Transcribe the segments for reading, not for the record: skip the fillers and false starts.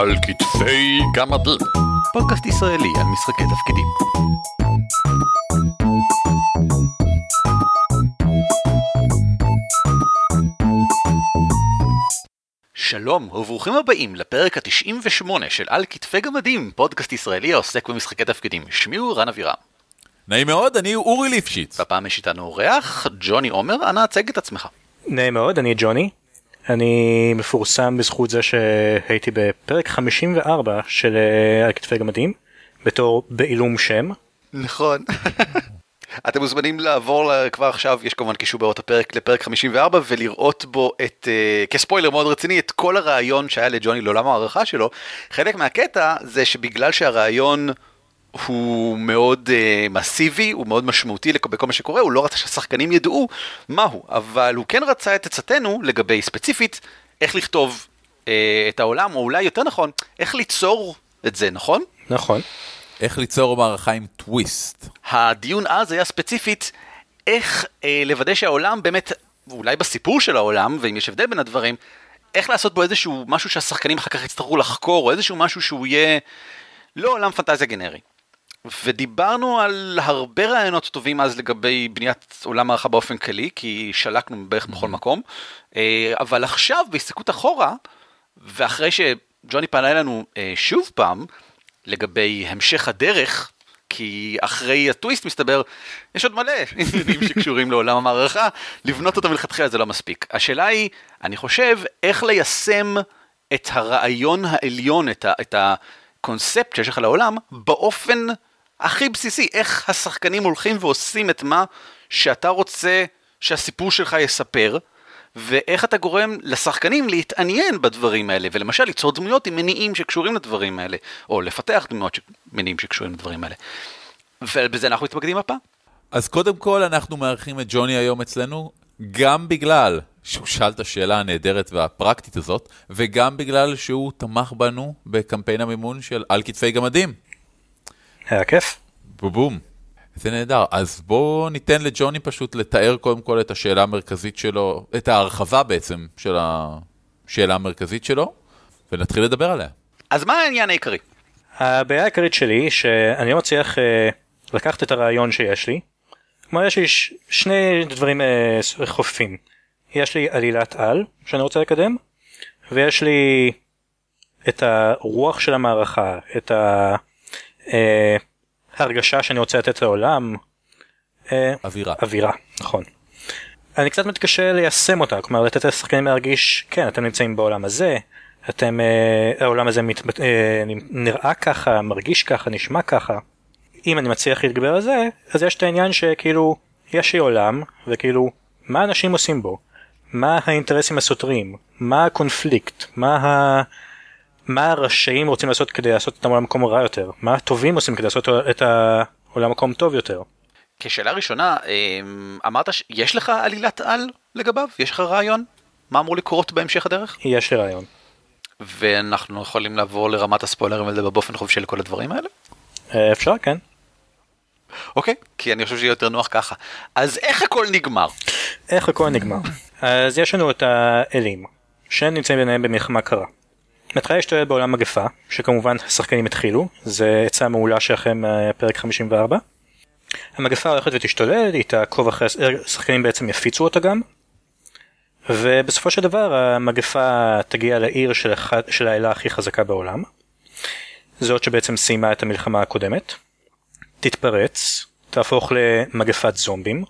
על כתפי גמדים, פודקאסט ישראלי על משחקי תפקידים. שלום וברוכים הבאים לפרק ה-98 של על כתפי גמדים, פודקאסט ישראלי העוסק במשחקי תפקידים. שמי הוא רן אבירם. נעים מאוד, אני אורי ליפשיץ. בפעם יש איתנו אורח, ג'וני עומר. אנא הצג את עצמך. נעים מאוד, אני ג'וני. אני מפורסם בזכות זה שהייתי בפרק 54 של על כתפי גמדים, בתור בעילום שם. נכון. אתם מוזמנים לעבור כבר עכשיו, יש כמובן קישור באות הפרק לפרק 54, ולראות בו כספוילר מאוד רציני, את כל הרעיון שהיה לג'וני לעולם הערכה שלו. חלק מהקטע זה שבגלל שהרעיון הוא מאוד מסיבי, הוא מאוד משמעותי בכל מה שקורה, הוא לא רצה שהשחקנים ידעו מהו, אבל הוא כן רצה את עצתנו לגבי ספציפית, איך לכתוב את העולם, או אולי יותר נכון, איך ליצור את זה, נכון? נכון. איך ליצור מערכה עם טוויסט. הדיון אז היה ספציפית, איך לוודא שהעולם באמת, ואולי בסיפור של העולם, ואם יש הבדל בין הדברים, איך לעשות בו איזשהו משהו שהשחקנים אחר כך יצטרכו לחקור, או איזשהו משהו שהוא יהיה לא עולם פנטזיה גנרי. ודיברנו על הרבה רעיונות טובים אז לגבי בניית עולם מערכה באופן כללי, כי שלקנו בערך בכל מקום, אבל עכשיו בהסתכלות אחורה, ואחרי שג'וני פנה אלינו שוב פעם, לגבי המשך הדרך, כי אחרי הטוויסט מסתבר, יש עוד מלא עניינים שקשורים לעולם המערכה, לבנות אותם מלכתחילה זה לא מספיק. השאלה היא, אני חושב, איך ליישם את הרעיון העליון, את הקונספט שיש לך לעולם, באופן הכי בסיסי, איך השחקנים הולכים ועושים את מה שאתה רוצה שהסיפור שלך יספר, ואיך אתה גורם לשחקנים להתעניין בדברים האלה, ולמשל ליצור דמויות עם מניעים שקשורים לדברים האלה, או לפתח דמויות מניעים שקשורים לדברים האלה. ובזה אנחנו מתמקדים הפעם. אז קודם כל אנחנו מארחים את ג'וני היום אצלנו, גם בגלל שהוא שאל את השאלה הנהדרת והפרקטית הזאת, וגם בגלל שהוא תמך בנו בקמפיין המימון של על כתפי גמדים. היה כיף. בובום. זה נהדר. אז בואו ניתן לג'וני פשוט לתאר קודם כל את השאלה המרכזית שלו, את ההרחבה בעצם של השאלה המרכזית שלו, ונתחיל לדבר עליה. אז מה העניין העיקרי? הבעיה העיקרית שלי היא שאני לא מצליח לקחת את הרעיון שיש לי. כלומר, יש לי שני דברים חופפים. יש לי עלילת על שאני רוצה לקדם, ויש לי את הרוח של המערכה, את ההרגשה שאני רוצה לתת לעולם. אווירה, נכון. אני קצת מתקשה ליישם אותה, כלומר לתת לשחקנים להרגיש, כן, אתם נמצאים בעולם הזה, העולם הזה נראה ככה, מרגיש ככה, נשמע ככה. אם אני מצליח להתגבר על זה, אז יש את העניין שכאילו, יש לי עולם, וכאילו, מה אנשים עושים בו? מה האינטרסים הסותרים? מה הקונפליקט? מה הרשעים רוצים לעשות כדי לעשות את העולם מקום רע יותר? מה הטובים עושים כדי לעשות את העולם מקום טוב יותר? כשאלה ראשונה, אמרת שיש לך עלילת על לגביו? יש לך רעיון? מה אמור לקרות בהמשך הדרך? יש לי רעיון. ואנחנו יכולים לעבור לרמת הספוילרים ולדבר באופן חופשי לכל הדברים האלה? אפשר, כן. אוקיי, כי אני חושב שיהיה יותר נוח ככה. אז איך הכל נגמר? איך הכל נגמר? אז יש לנו את האלים, שהם נמצאים ביניהם במלחמה קרה. מתחילה להשתולל בעולם מגפה, שכמובן השחקנים התחילו, זה עצה מעולה שלכם פרק 54. המגפה הולכת ותשתולל, היא תעקוב אחרי השחקנים בעצם יפיצו אותה גם, ובסופו של דבר המגפה תגיע לעיר של האלה הכי חזקה בעולם, זאת שבעצם סיימה את המלחמה הקודמת, תתפרץ, תהפוך למגפת זומבים,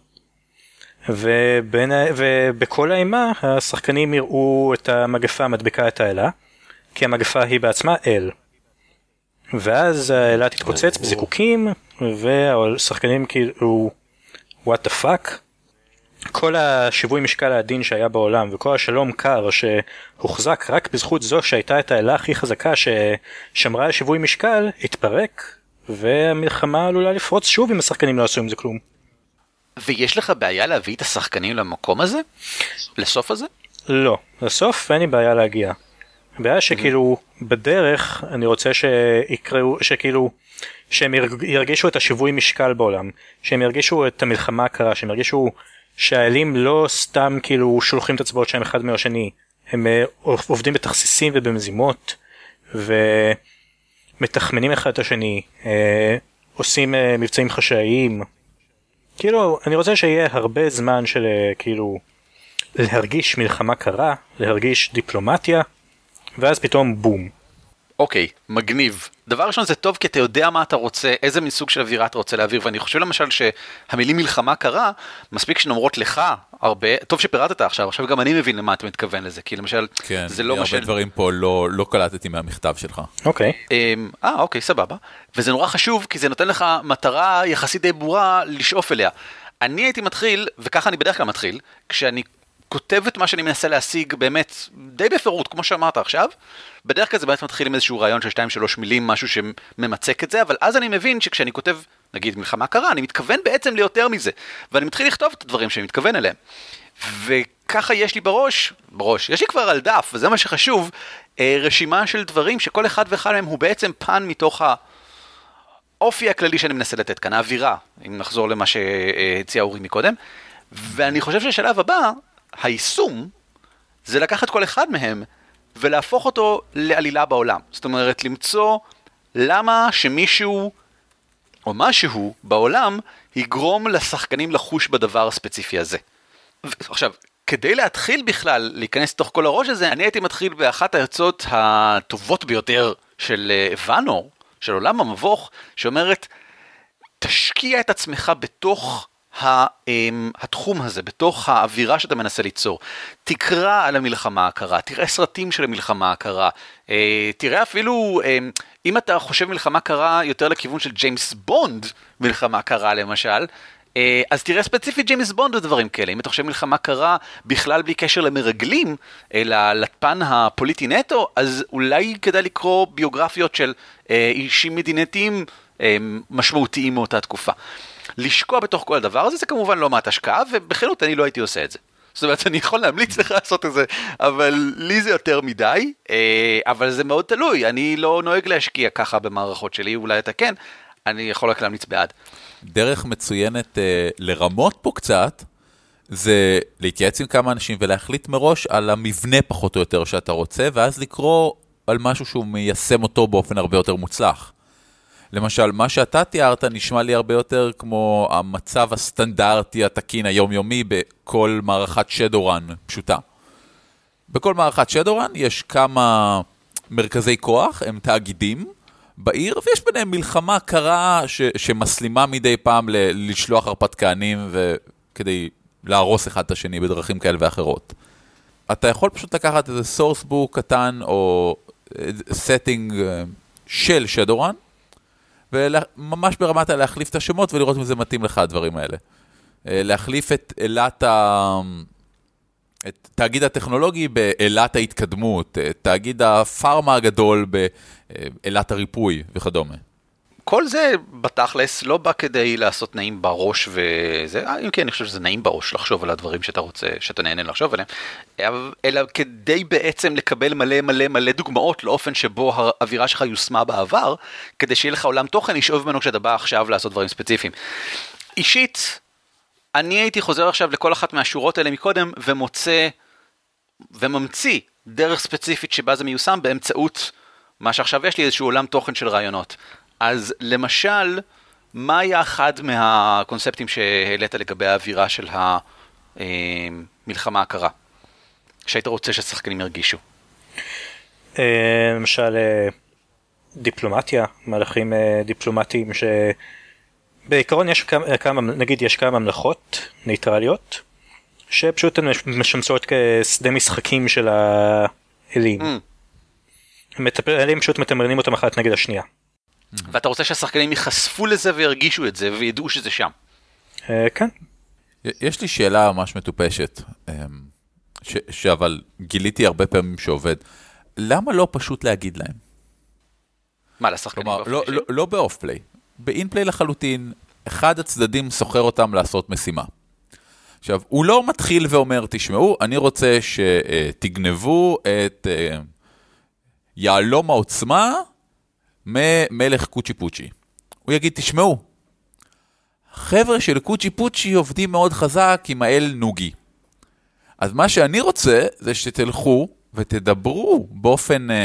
ובכל האימה השחקנים יראו את המגפה מדבקה את האלה, כי המגפה היא בעצמה אל. ואז האלה תתפוצץ בזיקוקים, והשחקנים כאילו, what the fuck? כל השיווי משקל העדין שהיה בעולם, וכל השלום קר שהוחזק רק בזכות זו שהייתה את האלה הכי חזקה ששמרה על שיווי משקל, התפרק, והמלחמה עלולה לפרוץ שוב אם השחקנים לא עשו עם זה כלום. ויש לך בעיה להביא את השחקנים למקום הזה? לסוף הזה? לא, לסוף אין לי בעיה להגיע. הבעיה שכאילו בדרך אני רוצה שיקראו, שכאילו שהם ירגישו את השיווי משקל בעולם, שהם ירגישו את המלחמה הקרה, שהם ירגישו שהאלים לא סתם כאילו שולחים את הצבאות שהם אחד מהשני, הם עובדים בתכסיסים ובמזימות, ומתחמנים אחד את השני, עושים מבצעים חשאיים. כאילו, אני רוצה שיהיה הרבה זמן של כאילו להרגיש מלחמה קרה, להרגיש דיפלומטיה, ואז פתאום בום. אוקיי, מגניב. דבר ראשון זה טוב כי אתה יודע מה אתה רוצה, איזה מסוג של אווירה אתה רוצה להעביר, ואני חושב למשל שהמילים מלחמה קרה, מספיק שנאמרות לך הרבה, טוב שפירטת עכשיו גם אני מבין למה אתה מתכוון לזה, כי למשל, כן, זה לא הרבה דברים פה לא קלטתי מהמכתב שלך. אוקיי. אוקיי, סבבה. וזה נורא חשוב, כי זה נותן לך מטרה יחסית די ברורה לשאוף אליה. אני הייתי מתחיל, וככה אני בדרך כלל מתחיל, כשאני כותב את מה שאני מנסה להשיג באמת די בפירוט, כמו שאמרת עכשיו, בדרך כלל זה באמת מתחיל עם איזשהו רעיון של 2-3 מילים, משהו שממצק את זה, אבל אז אני מבין שכשאני כותב, נגיד מלחמה קרה, אני מתכוון בעצם ליותר מזה, ואני מתחיל לכתוב את הדברים שאני מתכוון אליהם. וככה יש לי בראש, יש לי כבר על דף, וזה מה שחשוב, רשימה של דברים שכל אחד ואחד מהם הוא בעצם פן מתוך האופי הכללי שאני מנסה לתת כאן, האווירה, אם נחזור למה שהציע אורי מקודם, ואני חושב שהשלב הבא, היישום, זה לקחת כל אחד מהם, ולהפוך אותו לעלילה בעולם. זאת אומרת, למצוא למה שמישהו או משהו בעולם יגרום לשחקנים לחוש בדבר הספציפי הזה. עכשיו, כדי להתחיל בכלל להיכנס תוך כל הראש הזה, אני הייתי מתחיל באחת היוצאות הטובות ביותר של ואנור, של עולם המבוך, שאומרת, תשקיע את עצמך בתוך התחום הזה, בתוך האווירה שאתה מנסה ליצור. תקרא על המלחמה הקרה, תראה סרטים של המלחמה הקרה, תראה אפילו, אם אתה חושב מלחמה קרה יותר לכיוון של ג'יימס בונד, מלחמה קרה למשל, אז תראה ספציפית ג'יימס בונד ודברים כאלה. אם אתה חושב מלחמה קרה בכלל בלי קשר למרגלים, אלא לפן הפוליטי נטו, אז אולי כדאי לקרוא ביוגרפיות של אישים מדינתיים משמעותיים מאותה תקופה. לשקוע בתוך כל הדבר הזה, זה כמובן לא מעט השקעה, ובכנות אני לא הייתי עושה את זה. זאת אומרת, אני יכול להמליץ לך לעשות את זה, אבל לי זה יותר מדי, אבל זה מאוד תלוי, אני לא נוהג להשקיע ככה במערכות שלי, אולי אתה כן, אני יכול רק להמליץ בעד. דרך מצוינת לרמות פה קצת, זה להתייעץ עם כמה אנשים ולהחליט מראש על המבנה פחות או יותר שאתה רוצה, ואז לקרוא על משהו שהוא מיישם אותו באופן הרבה יותר מוצלח. למשל, מה שאתה תיארת נשמע לי הרבה יותר כמו המצב הסטנדרטי התקין היומיומי בכל מערכת שדורן פשוטה. בכל מערכת שדורן יש כמה מרכזי כוח, הם תאגידים בעיר, ויש ביניהם מלחמה קרה שמסלימה מדי פעם לשלוח הרפתקנים כדי להרוס אחד את השני בדרכים כאלה ואחרות. אתה יכול פשוט לקחת איזה source book קטן או setting של שדורן, וממש ברמת להחליף את השמות ולראות אם זה מתאים לך הדברים האלה. להחליף את את תאגיד הטכנולוגי באלת ההתקדמות, תאגיד הפארמה הגדול באלת הריפוי וכדומה. כל זה בתכלס לא בא כדי לעשות נעים בראש וזה, אם כן, אני חושב שזה נעים בראש לחשוב על הדברים שאתה רוצה, שאתה נהנה לחשוב עליהם, אלא כדי בעצם לקבל מלא דוגמאות לאופן שבו האווירה שלך יושמה בעבר, כדי שיהיה לך עולם תוכן, ישאוב ממנו כשאתה בא עכשיו לעשות דברים ספציפיים. אישית, אני הייתי חוזר עכשיו לכל אחת מהשורות האלה מקודם, ומוצא וממציא דרך ספציפית שבה זה מיושם באמצעות מה שעכשיו יש לי איזשהו עולם תוכן של רעיונות. אז למשל, מה היה אחד מהקונספטים שהעלית לגבי האווירה של המלחמה הקרה? שהיית רוצה שהשחקנים ירגישו? למשל, דיפלומטיה, מהלכים דיפלומטיים שבעיקרון יש כמה, נגיד יש כמה ממלכות ניטרליות, שפשוט הן משמשות כשדה משחקים של האלים. האלים פשוט מתמרנים אותם אחת נגד השנייה. ואתה רוצה שהשחקנים יחשפו לזה וירגישו את זה וידעו שזה שם. כן. יש לי שאלה ממש מטופשת, אבל גיליתי הרבה פעמים שעובד. למה לא פשוט להגיד להם? מה, לשחקנים באופן? לא באוף-פליי. באין-פליי לחלוטין, אחד הצדדים סוחר אותם לעשות משימה. עכשיו, הוא לא מתחיל ואומר, תשמעו, אני רוצה שתגנבו את יעלום העוצמה, מלך קוצ'י פוצ'י. הוא יגיד, תשמעו, חבר'ה של קוצ'י פוצ'י עובדים מאוד חזק עם האל נוגי. אז מה שאני רוצה זה שתלכו ותדברו באופן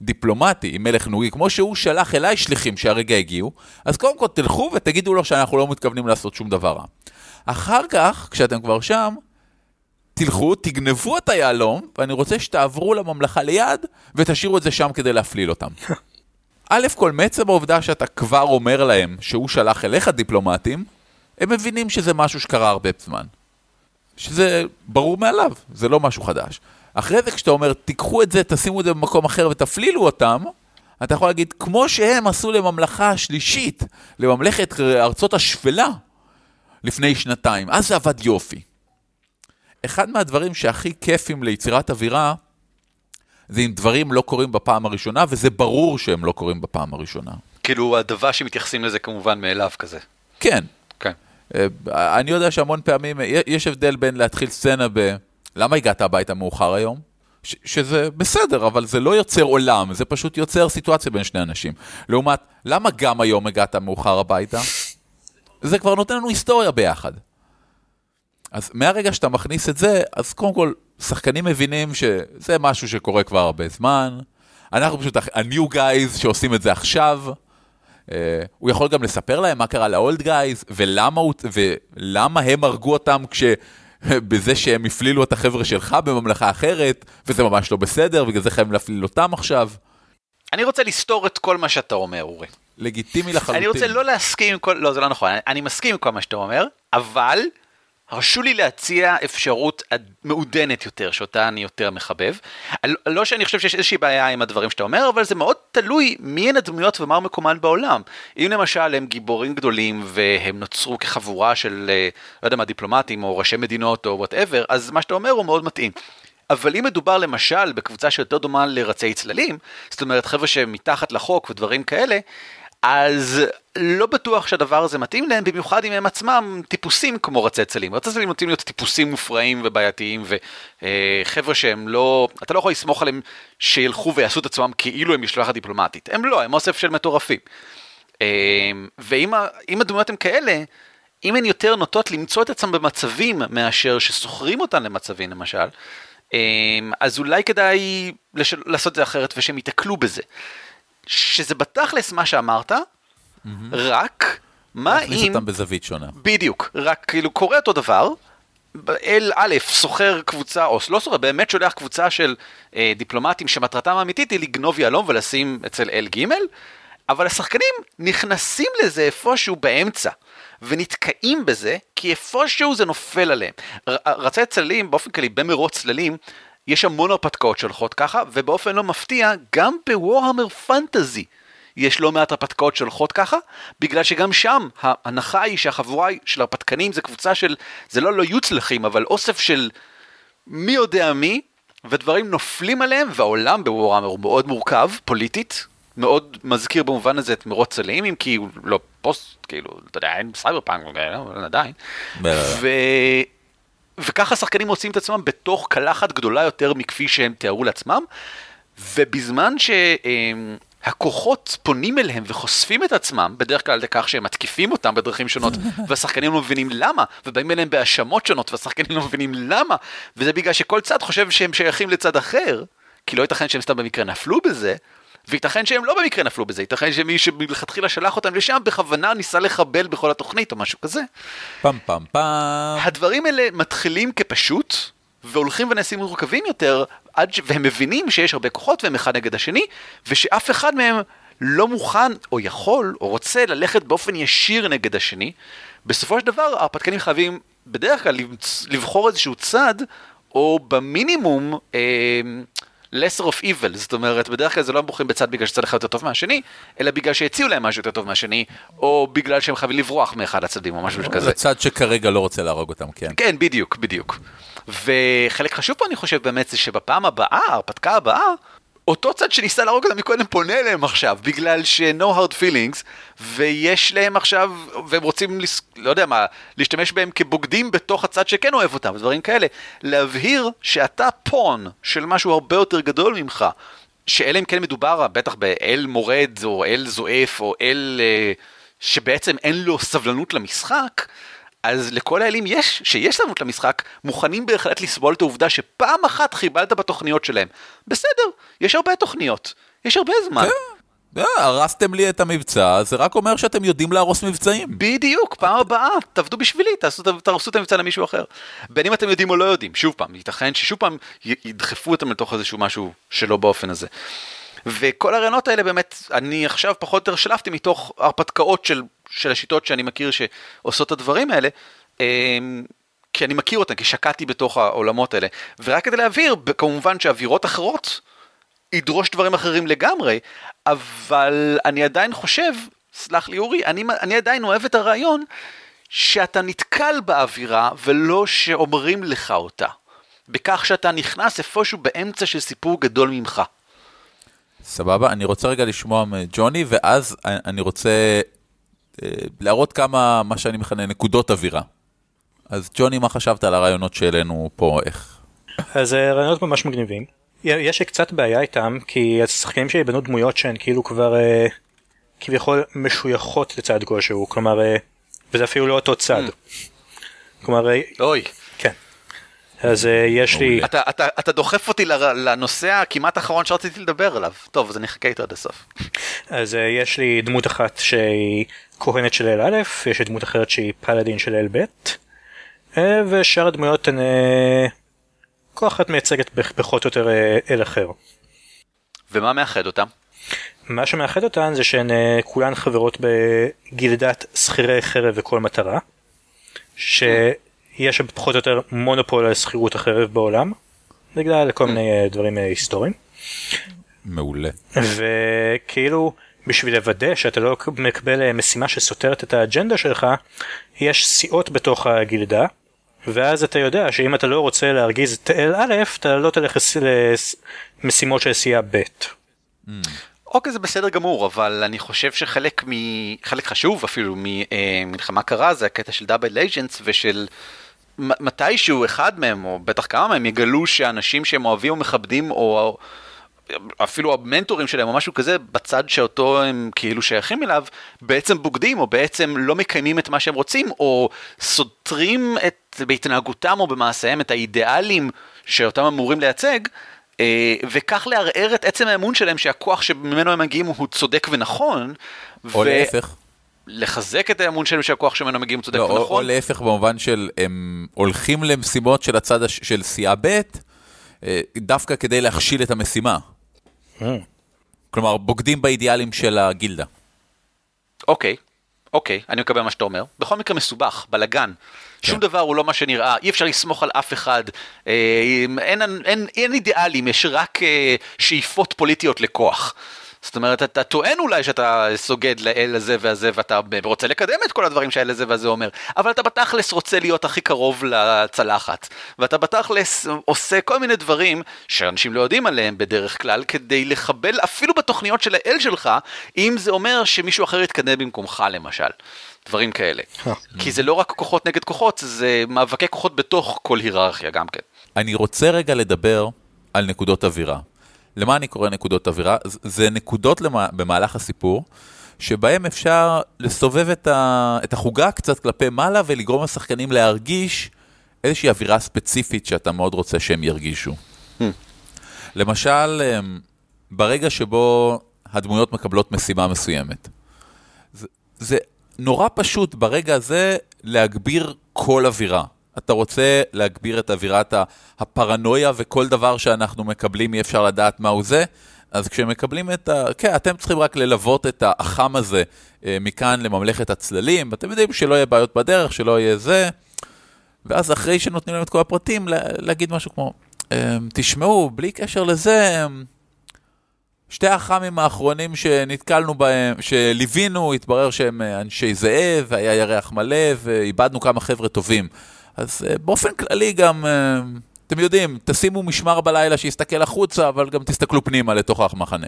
דיפלומטי עם מלך נוגי, כמו שהוא שלח אליי שליחים שהרגע הגיעו, אז קודם כל תלכו ותגידו לו שאנחנו לא מתכוונים לעשות שום דבר רע. אחר כך, כשאתם כבר שם, תלכו, תגנבו את היעלום, ואני רוצה שתעברו לממלכה ליד, ותשאירו את זה שם כדי להפליל אותם. א' כל מעצם העובדה שאתה כבר אומר להם שהוא שלח אליך דיפלומטים, הם מבינים שזה משהו שקרה הרבה זמן. שזה ברור מעליו, זה לא משהו חדש. אחרי זה כשאתה אומר, תיקחו את זה, תשימו את זה במקום אחר ותפלילו אותם, אתה יכול להגיד, כמו שהם עשו לממלכה השלישית, לממלכת ארצות השפלה, לפני שנתיים, אז זה עבד יופי. אחד מהדברים שהכי כיפים ליצירת אווירה, זה אם דברים לא קורים בפעם הראשונה, וזה ברור שהם לא קורים בפעם הראשונה. כאילו הדבר שמתייחסים לזה כמובן מאליו כזה. כן. כן. אני יודע שהמון פעמים, יש הבדל בין להתחיל סצנה למה הגעת הביתה מאוחר היום? שזה בסדר, אבל זה לא יוצר עולם, זה פשוט יוצר סיטואציה בין שני אנשים. לעומת, למה גם היום הגעת מאוחר הביתה? זה כבר נותן לנו היסטוריה ביחד. אז מהרגע שאתה מכניס את זה, אז קודם כל, שחקנים מבינים שזה משהו שקורה כבר הרבה זמן, אנחנו פשוט ה-new guys שעושים את זה עכשיו, הוא יכול גם לספר להם מה קרה ל-old guys, ולמה הם הרגו אותם בזה שהם הפלילו את החבר'ה שלך בממלכה אחרת, וזה ממש לא בסדר, בגלל זה חייבים להפליל אותם עכשיו. אני רוצה לסתור את כל מה שאתה אומר, אורי. לגיטימי לחלוטין. אני רוצה לא להסכים עם כל, לא, זה לא נכון, אני מסכים עם כל מה שאתה אומר, אבל הרשו לי להציע אפשרות מעודנת יותר, שאותה אני יותר מחבב. לא שאני חושב שיש איזושהי בעיה עם הדברים שאתה אומר, אבל זה מאוד תלוי מי הן הדמויות ומה מקומן בעולם. אם למשל הם גיבורים גדולים והם נוצרו כחבורה של, לא יודע מה, דיפלומטים או ראשי מדינות או whatever, אז מה שאתה אומר הוא מאוד מתאים. אבל אם מדובר למשל בקבוצה שיותר דומה לרצי צללים, זאת אומרת חבר'ה שמתחת לחוק ודברים כאלה, אז לא בטוח שהדבר הזה מתאים להם, במיוחד אם הם עצמם טיפוסים כמו רצי צללים. רצי צללים נוטים להיות טיפוסים מופרעים ובעייתיים, וחבר'ה שהם לא, אתה לא יכול לסמוך עליהם שילכו ויעשו את עצמם כאילו הם משלחת דיפלומטית. הם לא, הם אוסף של מטורפים. ואם הדמויות הם כאלה, אם הן יותר נוטות למצוא את עצמם במצבים מאשר שסוחרים אותן למצבים למשל, אז אולי כדאי לעשות את זה אחרת ושהם יתקלו בזה. שזה בתכלס מה שאמרת, רק מה אם... להכניס אותם בזווית שונה. בדיוק, רק כאילו קורה אותו דבר, אל א' סוחר קבוצה, או לא סוחר, באמת שולח קבוצה של דיפלומטים שמטרתם האמיתית היא לגנוב יעלום ולשים אצל אל ג', אבל השחקנים נכנסים לזה איפשהו באמצע, ונתקעים בזה, כי איפשהו זה נופל עליהם. רצי צללים, באופן כללי, במרוץ צללים, יש המון הרפתקאות שהולכות ככה, ובאופן לא מפתיע, גם בוורהמר פנטזי יש לא מעט הרפתקאות שהולכות ככה, בגלל שגם שם ההנחה היא שהחבורה של הרפתקנים זה קבוצה של, זה לא יוצלחים, אבל אוסף של מי יודע מי, ודברים נופלים עליהם, והעולם בוורהמר הוא מאוד מורכב, פוליטית, מאוד מזכיר במובן הזה את מרוץ צללים, כי הוא לא פוסט, כאילו, אתה יודע, אין סייבר פאנק, אבל עדיין. וככה השחקנים מוצאים את עצמם בתוך קלחת גדולה יותר מכפי שהם תיארו לעצמם, ובזמן שהכוחות פונים אליהם וחושפים את עצמם, בדרך כלל לכך שהם מתקיפים אותם בדרכים שונות, והשחקנים לא מבינים למה, ובאים אליהם בהאשמות שונות, והשחקנים לא מבינים למה, וזה בגלל שכל צד חושב שהם שייכים לצד אחר, כי לא ייתכן שהם סתם במקרה נפלו בזה, וייתכן שהם לא במקרה נפלו בזה, ייתכן שמי שמלכתחילה שלח אותם לשם בכוונה ניסה לחבל בכל התוכנית או משהו כזה. פם פם פם. הדברים האלה מתחילים כפשוט, והולכים ונעשים מורכבים יותר, והם מבינים שיש הרבה כוחות והם אחד נגד השני, ושאף אחד מהם לא מוכן או יכול או רוצה ללכת באופן ישיר נגד השני. בסופו של דבר ההרפתקנים חייבים בדרך כלל לבחור איזשהו צד, או במינימום lesser of evil, זאת אומרת, בדרך כלל זה לא בוחרים בצד בגלל שצד אחד יותר טוב מהשני, אלא בגלל שהציעו להם משהו יותר טוב מהשני, או בגלל שהם חייבים לברוח מאחד הצדדים, או משהו כזה. הצד שכרגע לא רוצה להרוג אותם, כן. כן, בדיוק, בדיוק. וחלק חשוב פה, אני חושב באמת, זה שבפעם הבאה, ההרפתקה הבאה, אותו צד שניסה להרוג אותם מקודם פונה אליהם עכשיו, בגלל ש-no hard feelings, ויש להם עכשיו, והם רוצים, לא יודע מה, להשתמש בהם כבוגדים בתוך הצד שכן אוהב אותם, דברים כאלה. להבהיר שאתה פון של משהו הרבה יותר גדול ממך, שאלה אם כן מדובר, בטח באל מורד, או אל זועף, או אל שבעצם אין לו סבלנות למשחק, אז לכל האלים שיש לנו את המשחק, מוכנים בהחלט לסבול את העובדה שפעם אחת חיבלת בתוכניות שלהם. בסדר, יש הרבה תוכניות, יש הרבה זמן. הרסתם לי את המבצע, זה רק אומר שאתם יודעים להרוס מבצעים. בדיוק, פעם הבאה, תעבדו בשבילי, תהרסו את המבצע למישהו אחר. בין אם אתם יודעים או לא יודעים, שוב פעם, ייתכן ששוב פעם ידחפו אותם לתוך איזשהו משהו שלא באופן הזה. וכל הרעיונות האלה באמת, אני עכשיו פחות או יותר שלפתי מתוך הרפתקאות של השיטות שאני מכיר שעושות את הדברים האלה, כי אני מכיר אותן, כי שקעתי בתוך העולמות האלה. ורק כדי להעביר, כמובן שאווירות אחרות ידרוש דברים אחרים לגמרי, אבל אני עדיין חושב, סלח לי אורי, אני עדיין אוהב את הרעיון שאתה נתקל באווירה ולא שאומרים לך אותה. בכך שאתה נכנס איפשהו באמצע של סיפור גדול ממך. סבבה, אני רוצה רגע לשמוע מג'וני, ואז אני רוצה להראות כמה, מה שאני מכנה, נקודות אווירה. אז ג'וני, מה חשבת על הרעיונות שאלינו פה, איך? אז רעיונות ממש מגניבים. יש קצת בעיה איתם, כי השחקנים שלי בנו דמויות שהן כאילו כבר כביכול משויכות לצד כלשהו, כלומר, וזה אפילו לא אותו צד. כלומר, אוי. כן. אז יש לי... אתה דוחף אותי לנושא הכמעט האחרון שרציתי לדבר עליו. טוב, אז אני אחכה איתו עד הסוף. אז יש לי דמות אחת שהיא כהנת של אל א', יש לי דמות אחרת שהיא פלדין של אל ב', ושאר הדמויות הן... כל אחת מייצגת פחות או יותר אל אחר. ומה מאחד אותם? מה שמאחד אותן זה שהן כולן חברות בגילדת שכירי חרב וכל מטרה, שיש פחות או יותר מונופול על שכירות החרב בעולם, בגלל כל מיני דברים היסטוריים. מעולה. וכאילו בשביל לוודא שאתה לא מקבל משימה שסותרת את האג'נדה שלך, יש סיעות בתוך הגילדה, ואז אתה יודע שאם אתה לא רוצה להרגיז את אל א', אתה לא תלך למשימות של סיעה ב'. אוקיי, זה בסדר גמור, אבל אני חושב שחלק חשוב אפילו ממלחמה קרה, זה הקטע של דאבל אייג'נטס, ושל מתישהו אחד מהם, או בטח כמה מהם, יגלו שאנשים שהם אוהבים או מכבדים, או אפילו המנטורים שלהם, או משהו כזה, בצד שאותו הם כאילו שייכים אליו, בעצם בוגדים, או בעצם לא מקיימים את מה שהם רוצים, או סותרים בהתנהגותם או במעשיהם את האידיאלים שאותם אמורים לייצג, וכך לערער את עצם האמון שלהם שהכוח שממנו הם מגיעים הוא צודק ונכון, או להפך. לחזק את האמון שלהם שהכוח שממנו מגיעים הוא צודק ונכון. או להפך במובן של הם הולכים למשימות של הצד של סיעה ב' דווקא כדי להכשיל את המשימה. כלומר, בוגדים באידיאלים של הגילדה. אוקיי, אני מקבל מה שאתה אומר. בכל מקרה מסובך, בלגן. שום דבר הוא לא מה שנראה, אי אפשר לסמוך על אף אחד, אין אידיאלים, יש רק שאיפות פוליטיות לכוח. זאת אומרת, אתה טוען אולי שאתה סוגד לאל הזה והזה, ואתה רוצה לקדם את כל הדברים שהאל הזה והזה אומר, אבל אתה בתכלס רוצה להיות הכי קרוב לצלחת, ואתה בתכלס עושה כל מיני דברים שאנשים לא יודעים עליהם בדרך כלל, כדי לחבל אפילו בתוכניות של האל שלך, אם זה אומר שמישהו אחר יתקדם במקומך למשל. דברים כאלה. כי זה לא רק כוחות נגד כוחות, זה מאבקי כוחות בתוך כל היררכיה גם כן. אני רוצה רגע לדבר על נקודות אווירה. למה אני קורא נקודות אווירה? זה נקודות במהלך הסיפור, שבהם אפשר לסובב את החוגה קצת כלפי מעלה, ולגרום לשחקנים להרגיש איזושהי אווירה ספציפית שאתה מאוד רוצה שהם ירגישו. למשל, ברגע שבו הדמויות מקבלות משימה מסוימת. זה נורא פשוט ברגע הזה להגביר כל אווירה. אתה רוצה להגביר את אווירת הפרנויה, וכל דבר שאנחנו מקבלים אי אפשר לדעת מהו זה, אז כשמקבלים כן, אתם צריכים רק ללוות את האחם הזה מכאן לממלכת הצללים, ואתם יודעים שלא יהיה בעיות בדרך, שלא יהיה זה, ואז אחרי שנותנים להם את כל הפרטים, להגיד משהו כמו, תשמעו, בלי קשר לזה, שתי האחמים האחרונים שנתקלנו בהם, שליווינו, התברר שהם אנשי זאב, והיה ירח מלא, ואיבדנו כמה חבר'ה טובים. אז באופן כללי גם, אתם יודעים, תשימו משמר בלילה שיסתכל החוצה, אבל גם תסתכלו פנימה לתוך המחנה.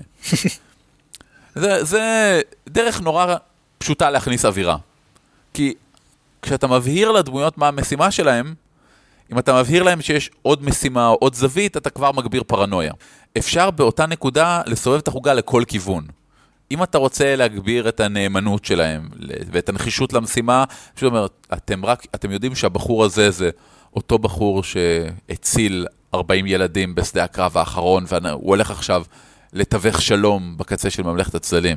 זה דרך נורא פשוטה להכניס אווירה. כי כשאתה מבהיר לדמויות מה המשימה שלהם, אם אתה מבהיר להם שיש עוד משימה או עוד זווית, אתה כבר מגביר פרנויה. אפשר באותה נקודה לסובב את החוגה לכל כיוון. אם אתה רוצה להגביר את הנאמנות שלהם, ואת הנחישות למשימה, זאת אומרת, אתם יודעים שהבחור הזה זה אותו בחור שהציל 40 ילדים בשדה הקרב האחרון, והוא הולך עכשיו לתווך שלום בקצה של ממלכת הצללים.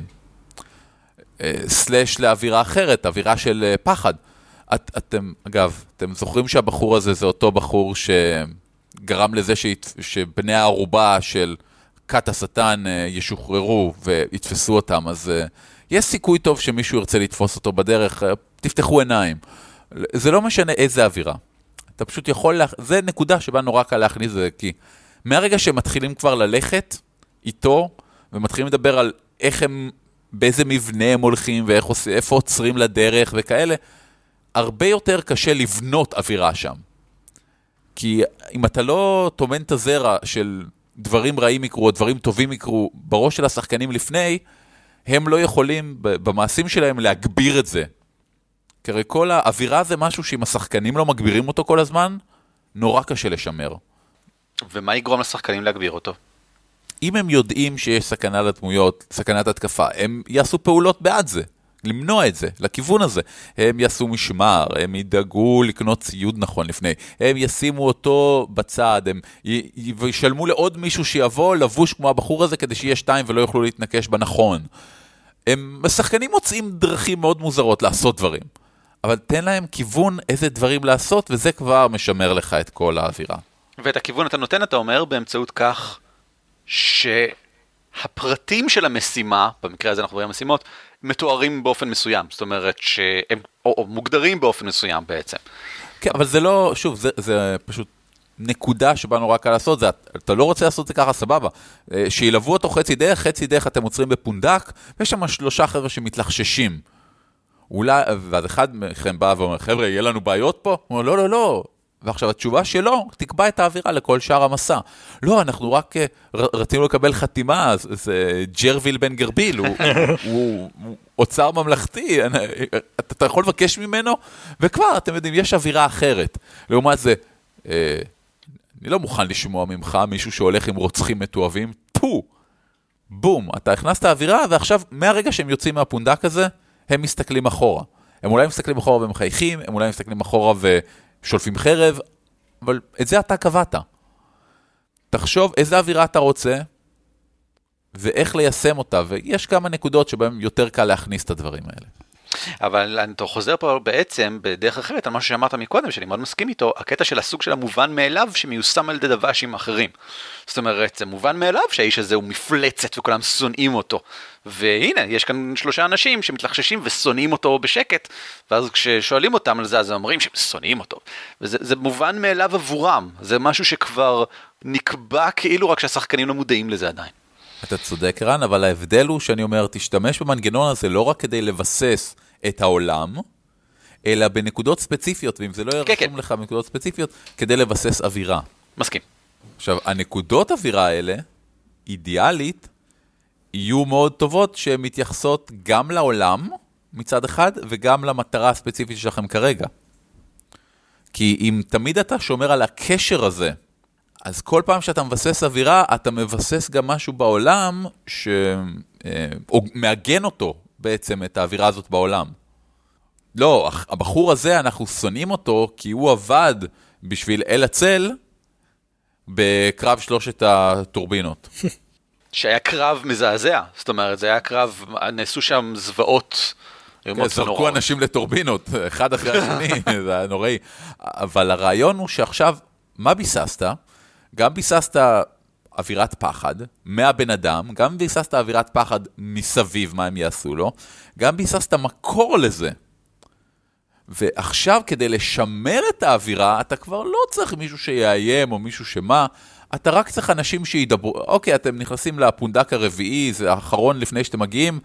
סלש לאווירה אחרת, אווירה של פחד. אגב, אתם זוכרים שהבחור הזה זה אותו בחור שגרם לזה שבני הערובה של כת השטן ישוחררו ויתפסו אותם, אז יש סיכוי טוב שמישהו ירצה לתפוס אותו בדרך, תפתחו עיניים. זה לא משנה איזה אווירה. אתה פשוט יכול, זה נקודה שבה נורא קל להכניס זה, כי מהרגע שהם מתחילים כבר ללכת איתו, ומתחילים לדבר על איך הם, באיזה מבנה הם הולכים, ואיפה עוצרים לדרך וכאלה, הרבה יותר קשה לבנות אווירה שם. כי אם אתה לא תומן את הזרע של דברים רעים יקרו, או דברים טובים יקרו, בראש של השחקנים לפני, הם לא יכולים במעשים שלהם להגביר את זה. כי הרי כל האווירה זה משהו שאם השחקנים לא מגבירים אותו כל הזמן, נורא קשה לשמר. ומה יגרום לשחקנים להגביר אותו? אם הם יודעים שיש סכנה לדמויות, סכנת התקפה, הם יעשו פעולות בעד זה, למנוע את זה, לכיוון הזה. הם יעשו משמר, הם ידאגו לקנות ציוד נכון לפני, הם ישימו אותו בצד, הם ישלמו לעוד מישהו שיבוא לבוש כמו הבחור הזה, כדי שיהיה 2 ולא יוכלו להתנקש בנכון. השחקנים מוצאים דרכים מאוד מוזרות לעשות דברים, אבל תן להם כיוון איזה דברים לעשות, וזה כבר משמר לך את כל האווירה. ואת הכיוון אתה נותן, אתה אומר, באמצעות כך שהפרטים של המשימה, במקרה הזה אנחנו רואים משימות, מתוארים באופן מסוים, זאת אומרת שהם או מוגדרים באופן מסוים בעצם. כן, אבל זה לא, שוב, זה פשוט נקודה שבה נורא קל לעשות, זה, אתה לא רוצה לעשות את זה ככה, סבבה. שילבו אותו חצי דרך אתם עוצרים בפונדק, ויש שם 3 חבר'ה שמתלחששים. אולי, ואז אחד מכם בא ואומר, חבר'ה, יהיה לנו בעיות פה? הוא אומר, לא. ועכשיו התשובה שלו, תקבע את האווירה לכל שאר המסע. לא, אנחנו רק רצינו לקבל חתימה, זה ג'רוויל בן גרביל, הוא אוצר ממלכתי, אתה יכול לבקש ממנו, וכבר, אתם יודעים, יש אווירה אחרת. לעומת זה, אני לא מוכן לשמוע ממך מישהו שהולך עם רוצחים מתואבים, בום, אתה הכנסת האווירה, ועכשיו, מהרגע שהם יוצאים מהפונדק הזה, הם מסתכלים אחורה. הם אולי מסתכלים אחורה ומחייכים, הם אולי מסתכלים אחורה ושולפים חרב, אבל את זה אתה קבעת. תחשוב איזה אווירה אתה רוצה, ואיך ליישם אותה, ויש כמה נקודות שבהן יותר קל להכניס את הדברים האלה. אבל אתה חוזר פה בעצם בדרך אחרת על מה שאמרת מקודם, שאני מאוד מסכים איתו, הקטע של הסוג של המובן מאליו שמיושם על ידי דוושים אחרים. זאת אומרת, זה מובן מאליו שהאיש הזה הוא מפלצת וכולם שונאים אותו. והנה, יש כאן 3 אנשים שמתלחששים ושונאים אותו בשקט, ואז כששואלים אותם על זה, אז הם אומרים שהם שונאים אותו. וזה מובן מאליו עבורם, זה משהו שכבר נקבע כאילו רק שהשחקנים לא מודעים לזה עדיין. אתה צודק רן, אבל ההבדל הוא שאני אומר, תשתמש במנגנון הזה לא רק כדי לבסס את העולם, אלא בנקודות ספציפיות, ואם זה לא ירשום לך בנקודות ספציפיות, כדי לבסס אווירה. מסכים. עכשיו, הנקודות אווירה האלה, אידיאלית, יהיו מאוד טובות שהן מתייחסות גם לעולם מצד אחד, וגם למטרה הספציפית שלכם כרגע. כי אם תמיד אתה שומר על הקשר הזה, אז כל פעם שאתה מבסס אווירה, אתה מבסס גם משהו בעולם או מעגן אותו בעצם את האווירה הזאת בעולם. לא, הבחור הזה אנחנו שונאים אותו כי הוא עבד בשביל אל הצל בקרב 3 הטורבינות. שהיה קרב מזעזע, זאת אומרת, זה היה קרב, נעשו שם זוועות. זרקו אנשים לטורבינות, אחד אחרי השני, זה היה נוראי. אבל הרעיון הוא שעכשיו, מה ביססת? גם ביססת אווירת פחד מהבן אדם, גם ביססת אווירת פחד מסביב, מה הם יעשו לו, גם ביססת מקור לזה. ועכשיו כדי לשמר את האווירה, אתה כבר לא צריך מישהו שיאיים או מישהו שמה, אתה רק צריך אנשים שידברו, אוקיי, אתם נכנסים לפונדק הרביעי, זה האחרון לפני שאתם מגיעים,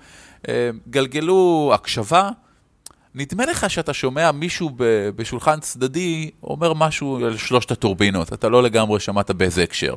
גלגלו הקשבה, נדמה לך שאתה שומע מישהו בשולחן צדדי, אומר משהו על 3 הטורבינות, אתה לא לגמרי שמעת באיזה הקשר.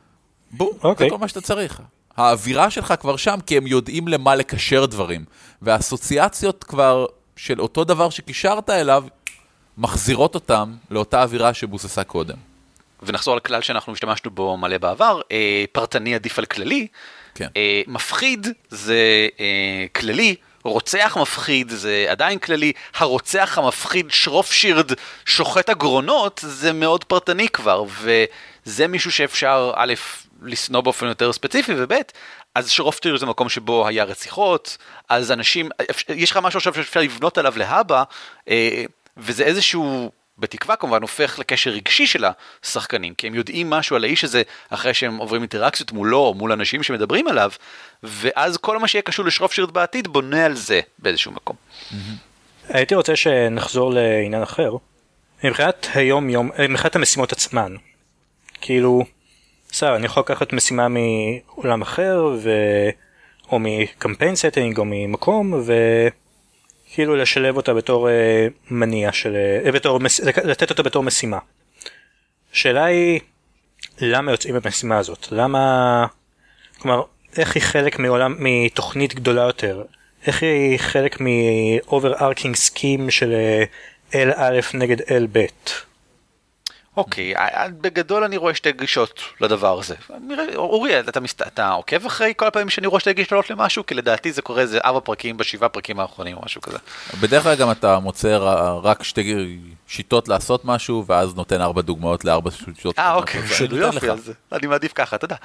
זה כל מה שאתה צריך. האווירה שלך כבר שם, כי הם יודעים למה לקשר דברים, והאסוציאציות כבר של אותו דבר שקישרת אליו, מחזירות אותם לאותה אווירה שבוססה קודם. ונחזור על כלל שאנחנו השתמשנו בו מלא בעבר, פרטני עדיף על כללי, כן. מפחיד זה כללי, רוצח מפחיד זה עדיין כללי, הרוצח המפחיד שרופשירד שוחט אגרונות זה מאוד פרטני כבר, וזה מישהו שאפשר א' לסנוע באופן יותר ספציפי, וב' אז שרופשירד זה מקום שבו היה רציחות, אז אנשים, יש לך משהו עכשיו שאפשר לבנות עליו להבא, וזה איזשהו, בתקווה כמובן, הופך לקשר רגשי של השחקנים, כי הם יודעים משהו על האיש הזה, אחרי שהם עוברים אינטראקציות מולו, או מול אנשים שמדברים עליו, ואז כל מה שיהיה קשור לשרופשירד בעתיד, בונה על זה באיזשהו מקום. הייתי רוצה שנחזור לעניין אחר, מבחינת היום-יום, מבחינת המשימות עצמן, כאילו, בסדר, אני יכול לקחת משימה מעולם אחר, או מקמפיין סטינג, או ממקום, כאילו לשלב אותה בתור מניע לתת אותה בתור משימה. השאלה היא, למה יוצאים במשימה הזאת? למה, כלומר, איך היא חלק מתוכנית גדולה יותר? איך היא חלק מ-overarching scheme של אל א' נגד אל ב'? אוקיי, בגדול אני רואה שתי גישות לדבר הזה. אורי, אתה עוקב אחרי כל הפעמים שאני רואה שתי גישות למשהו? כי לדעתי זה קורה איזה 4 פרקים ב7 פרקים האחרונים או משהו כזה. בדרך כלל גם אתה מוצא רק שתי שיטות לעשות משהו, ואז נותן 4 דוגמאות ל4 שיטות. אוקיי, יופי, אז אני מעדיף ככה, תודה.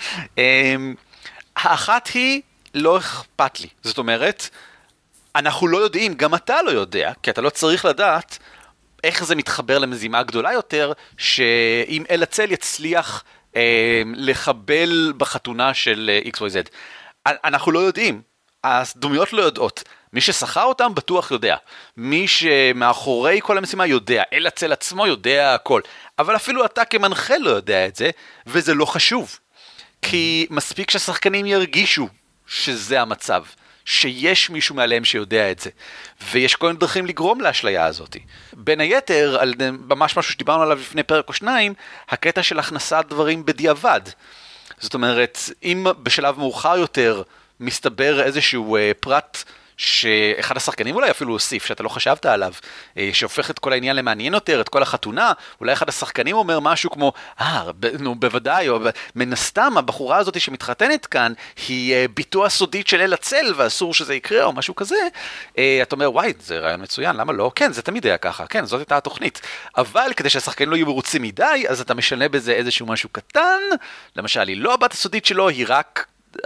האחת היא, לא אכפת לי. זאת אומרת, אנחנו לא יודעים, גם אתה לא יודע, כי אתה לא צריך לדעת, איך זה מתחבר למזימה גדולה יותר, שאם אל הצל יצליח לחבל בחתונה של XYZ. אנחנו לא יודעים, הדמויות לא יודעות. מי ששכר אותם בטוח יודע. מי שמאחורי כל המשימה יודע. אל הצל עצמו יודע הכל. אבל אפילו אתה כמנחה לא יודע את זה, וזה לא חשוב. כי מספיק שהשחקנים ירגישו שזה המצב. שיש מישהו מעליהם שיודע את זה. ויש כל מיני דרכים לגרום לאשליה הזאת. בין היתר, על ממש משהו שדיברנו עליו לפני פרק או שניים, הקטע של הכנסת דברים בדיעבד. זאת אומרת, אם בשלב מאוחר יותר מסתבר איזשהו פרט שאחד השחקנים אולי אפילו הוסיף, שאתה לא חשבת עליו, שהופך את כל העניין למעניין יותר, את כל החתונה, אולי אחד השחקנים אומר משהו כמו, נו בוודאי, או מן הסתם, הבחורה הזאת שמתחתנת כאן, היא ביתו הסודית של אל הצל, ואסור שזה יקרה, או משהו כזה, אתה אומר, וואי, זה רעיון מצוין, למה לא? כן, זה תמיד היה ככה, כן, זאת הייתה התוכנית. אבל כדי שהשחקנים לא יהיו מרוצים מדי, אז אתה משנה בזה איזשהו משהו קטן, למשל, היא לא הבת הסודית שלו, היא רק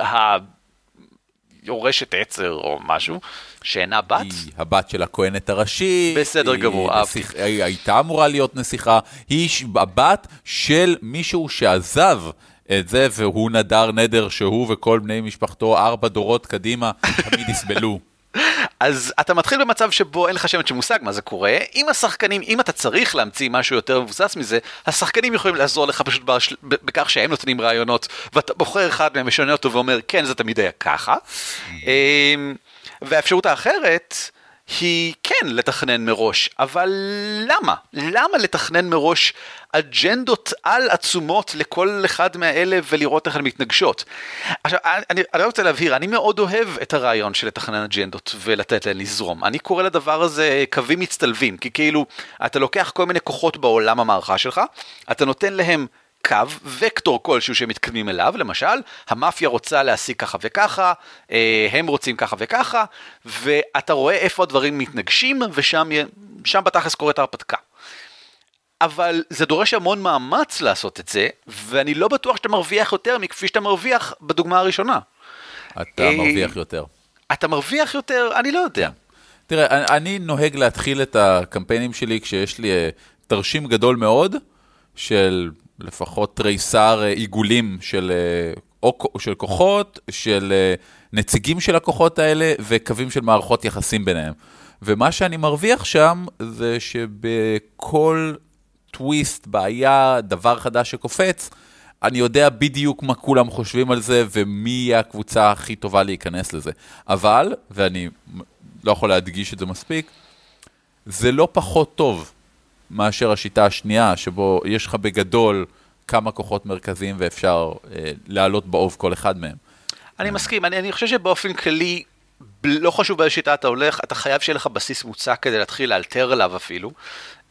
יורשת עצר או משהו, שאינה בת. היא הבת של הכהנת הראשי. בסדר גמור, אהבתי. היא הייתה אמורה להיות נסיכה. היא הבת של מישהו שעזב את זה, והוא נדר נדר שהוא וכל בני משפחתו 4 דורות קדימה, תמיד יסבלו. אז אתה מתחיל במצב שבו אין לך שמץ שמושג מה זה קורה. אם השחקנים, אם אתה צריך להמציא משהו יותר מבוסס מזה, השחקנים יכולים לעזור לך פשוט בכך שהם נותנים רעיונות, ואתה בוחר אחד מהם משנה אותו ואומר, כן, זה תמיד היה ככה. והאפשרות האחרת היא כן לתכנן מראש, אבל למה? למה לתכנן מראש אג'נדות על עצומות לכל אחד מהאלה ולראות איך הן מתנגשות? עכשיו, אני רוצה להבהיר, אני מאוד אוהב את הרעיון של לתכנן אג'נדות ולתת להן לזרום. אני קורא לדבר הזה קווים מצטלבים, כי כאילו אתה לוקח כל מיני כוחות בעולם המערכה שלך, אתה נותן להם קו, וקטור כלשהו שמתקדמים אליו, למשל, המאפיה רוצה להשיג ככה וככה, הם רוצים ככה וככה, ואתה רואה איפה הדברים מתנגשים, ושם בתכלס קורית ההרפתקה. אבל זה דורש המון מאמץ לעשות את זה, ואני לא בטוח שאתה מרוויח יותר מכפי שאתה מרוויח בדוגמה הראשונה. אתה מרוויח יותר. אתה מרוויח יותר? אני לא יודע. תראה, אני נוהג להתחיל את הקמפיינים שלי כשיש לי תרשים גדול מאוד, של לפחות תריסר עיגולים של כוחות, של נציגים של הכוחות האלה, וקווים של מערכות יחסים ביניהם. ומה שאני מרוויח שם, זה שבכל טוויסט, בעיה, דבר חדש שקופץ, אני יודע בדיוק מה כולם חושבים על זה, ומי יהיה הקבוצה הכי טובה להיכנס לזה. אבל, ואני לא יכול להדגיש את זה מספיק, זה לא פחות טוב מאשר השיטה השנייה, שבו יש לך בגדול כמה כוחות מרכזיים, ואפשר לעלות בעוב כל אחד מהם. אני מסכים, אני חושב שבאופן כללי, לא חשוב באיזה שיטה אתה הולך, אתה חייב שיהיה לך בסיס מוצק כדי להתחיל לאלתר עליו אפילו.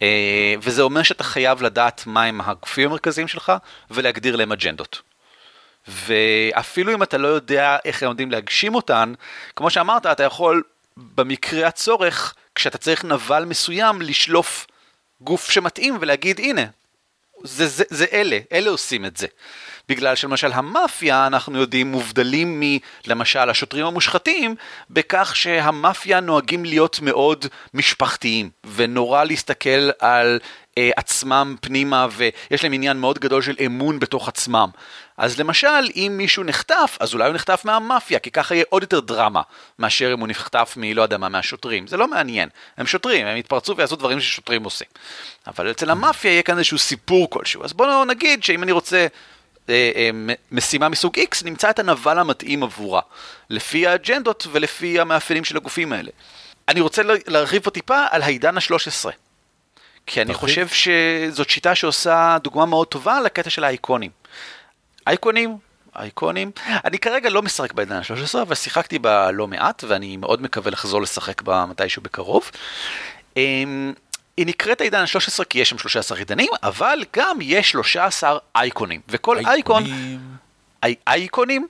וזה אומר שאתה חייב לדעת מהם הגופים המרכזיים שלך, ולהגדיר להם אג'נדות. ואפילו אם אתה לא יודע איך הם עומדים להגשים אותן, כמו שאמרת, אתה יכול במקרה הצורך, כשאתה צריך נבל מסוים, לשלוף גוף שמתאים ולהגיד, הנה, זה אלה עושים את זה. בגלל שלמשל המאפיה, אנחנו יודעים, מובדלים למשל השוטרים המושחתים, בכך שהמאפיה נוהגים להיות מאוד משפחתיים, ונורא להסתכל על עצמם פנימה, ויש להם עניין מאוד גדול של אמון בתוך עצמם. אז למשל, אם מישהו נחטף, אז אולי הוא נחטף מהמאפיה, כי ככה יהיה עוד יותר דרמה, מאשר אם הוא נחטף לא יודע מה, מהשוטרים. זה לא מעניין. הם שוטרים, הם יתפרצו ויעשו דברים ששוטרים עושים. אבל אצל המאפיה יהיה כאן איזשהו סיפור כלשהו. אז בואו נגיד שאם אני רוצה משימה מסוג X, נמצא את הנבל המתאים עבורה, לפי האג'נדות ולפי המאפיינים של הגופים האלה. אני רוצה להרחיב פה טיפה על העידן ה-13. כי אני חושב שזאת שיטה שעושה דוגמה מאוד טובה לקטע של האייקונים. אייקונים. אני כרגע לא משחק בעידן ה-13, אבל שיחקתי בה לא מעט, ואני מאוד מקווה לחזור לשחק בה מתישהו בקרוב. היא נקראת העידן ה-13 כי יש שם 13 עידנים, אבל גם יש 13 אייקונים. וכל אייקונים,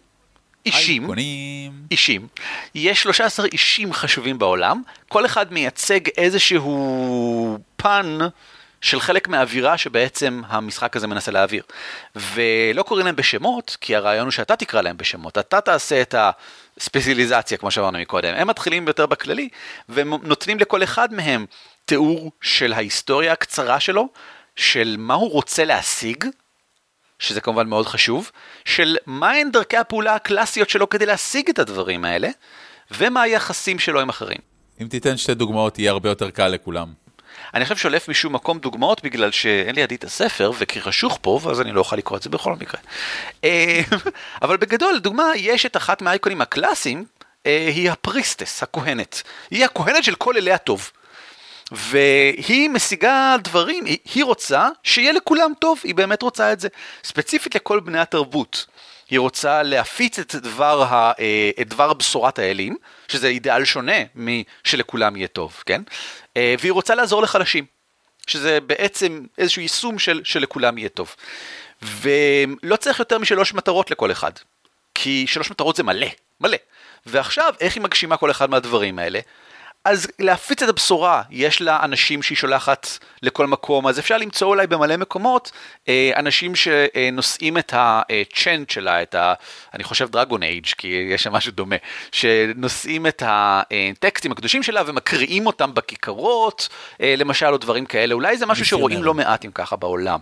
אישים. יש 13 אישים חשובים בעולם, כל אחד מייצג איזשהו פן של חלק מהאווירה שבעצם המשחק הזה מנסה להעביר. ולא קוראים להם בשמות, כי הרעיון הוא שאתה תקרא להם בשמות, אתה תעשה את הספציאליזציה, כמו שאמרנו מקודם. הם מתחילים יותר בכללי, ונותנים לכל אחד מהם תיאור של ההיסטוריה הקצרה שלו, של מה הוא רוצה להשיג, שזה כמובן מאוד חשוב, של מהן דרכי הפעולה הקלאסיות שלו כדי להשיג את הדברים האלה, ומה היחסים שלו עם אחרים. אם תיתן שתי דוגמאות, יהיה הרבה יותר קל לכולם. אני חושב שולף משום מקום דוגמאות, בגלל שאין לי ידי את הספר, וכי חשוך פה, ואז אני לא אוכל לקרוא את זה בכל מקרה. אבל בגדול, לדוגמה, יש את אחת מהאייקונים הקלאסיים, היא הפריסטס, הכהנת. היא הכהנת של כל אלי הטוב. והיא משיגה דברים, היא רוצה שיהיה לכולם טוב, היא באמת רוצה את זה. ספציפית לכל בני התרבות. היא רוצה להפיץ את דבר בשורת האלים, שזה אידיאל שונה משלכולם יהיה טוב, כן? והיא רוצה לעזור לחלשים, שזה בעצם איזשהו יישום שלכולם יהיה טוב. ולא צריך יותר משלוש מטרות לכל אחד, כי שלוש מטרות זה מלא. ועכשיו, איך היא מגשימה כל אחד מהדברים האלה? אז להפיץ את הבשורה, יש לה אנשים שהיא שולחת לכל מקום, אז אפשר למצוא אולי במלא מקומות, אנשים שנושאים את הצ'נט שלה, אני חושב דרגון אייג' כי יש שם משהו דומה, שנושאים את הטקסטים הקדושים שלה ומקריאים אותם בכיכרות, למשל או דברים כאלה, אולי זה משהו שרואים לא מעט אם ככה בעולם.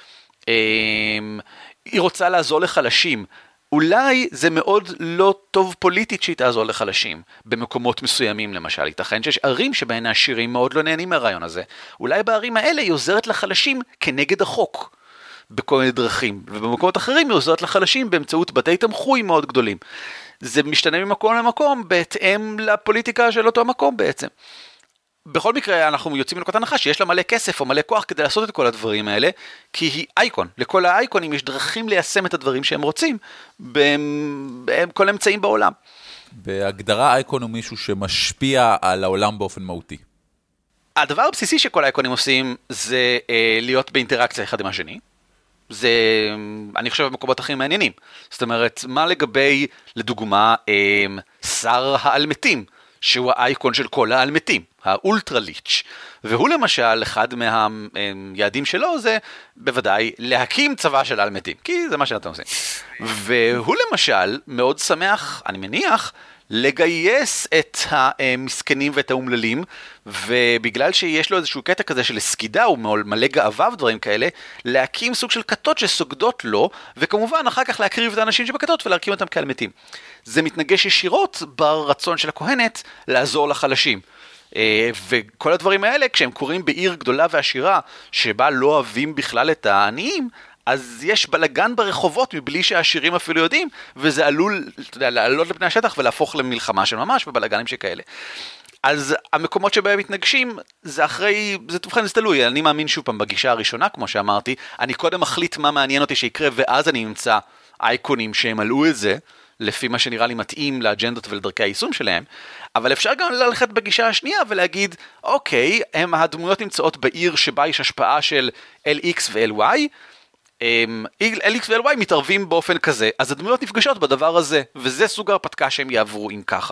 היא רוצה לעזור לחלשים, אולי זה מאוד לא טוב פוליטית שהיא תעזור לחלשים, במקומות מסוימים למשל, ייתכן שיש ערים שבהן העשירים מאוד לא נהנים מהרעיון הזה, אולי בערים האלה היא עוזרת לחלשים כנגד החוק, בכל מיני דרכים, ובמקומות אחרים היא עוזרת לחלשים באמצעות בתי תמחוי מאוד גדולים. זה משתנה ממקום למקום, בהתאם לפוליטיקה של אותו המקום בעצם. בכל מקרה אנחנו יוצאים מנקודת הנחה שיש לה מלא כסף או מלא כוח כדי לעשות את כל הדברים האלה, כי היא אייקון. לכל האייקונים יש דרכים ליישם את הדברים שהם רוצים, בכל אמצעים בעולם. בהגדרה אייקון הוא מישהו שמשפיע על העולם באופן מהותי. הדבר הבסיסי שכל האייקונים עושים זה להיות באינטראקציה אחד עם השני. זה, אני חושב, במקומות הכי מעניינים. זאת אומרת, מה לגבי, לדוגמה, שר האלמתים, שהוא האייקון של כל האלמתים, האולטרה ליץ', והוא למשל, אחד מהיעדים שלו זה בוודאי להקים צבא של האלמתים, כי זה מה שאתם עושים. והוא למשל מאוד שמח, אני מניח, לגייס את המסכנים ואת האומללים, ובגלל שיש לו איזשהו קטע כזה של סגידה, הוא מלא גאווה ודברים כאלה, להקים סוג של כתות שסוגדות לו, וכמובן אחר כך להקריב את האנשים שבכתות ולהקים אותם כאלמתים. זה מתנגש ישירות ברצון של הכהנת לעזור לחלשים. וכל הדברים האלה, כשהם קוראים בעיר גדולה ועשירה, שבה לא אוהבים בכלל את העניים, אז יש בלגן ברחובות מבלי שהעשירים אפילו יודעים, וזה עלול לעלות לפני השטח ולהפוך למלחמה של ממש בבלגנים שכאלה. אז המקומות שבהם מתנגשים, זה אחרי, זה תובכן, זה תלוי, אני מאמין שוב פעם בגישה הראשונה, כמו שאמרתי, אני קודם מחליט מה מעניין אותי שיקרה, ואז אני אמצא אייקונים שהם עלו את זה, לפי מה שנראה לי מתאים לאג'נדות ולדרכי היישום שלהם, אבל אפשר גם ללכת בגישה השנייה ולהגיד, אוקיי, הדמויות נמצאות בעיר שבה יש השפעה של LX ו-LY, LX ו-LY מתערבים באופן כזה, אז הדמויות נפגשות בדבר הזה, וזה סוג ההרפתקה שהם יעברו אם ככה.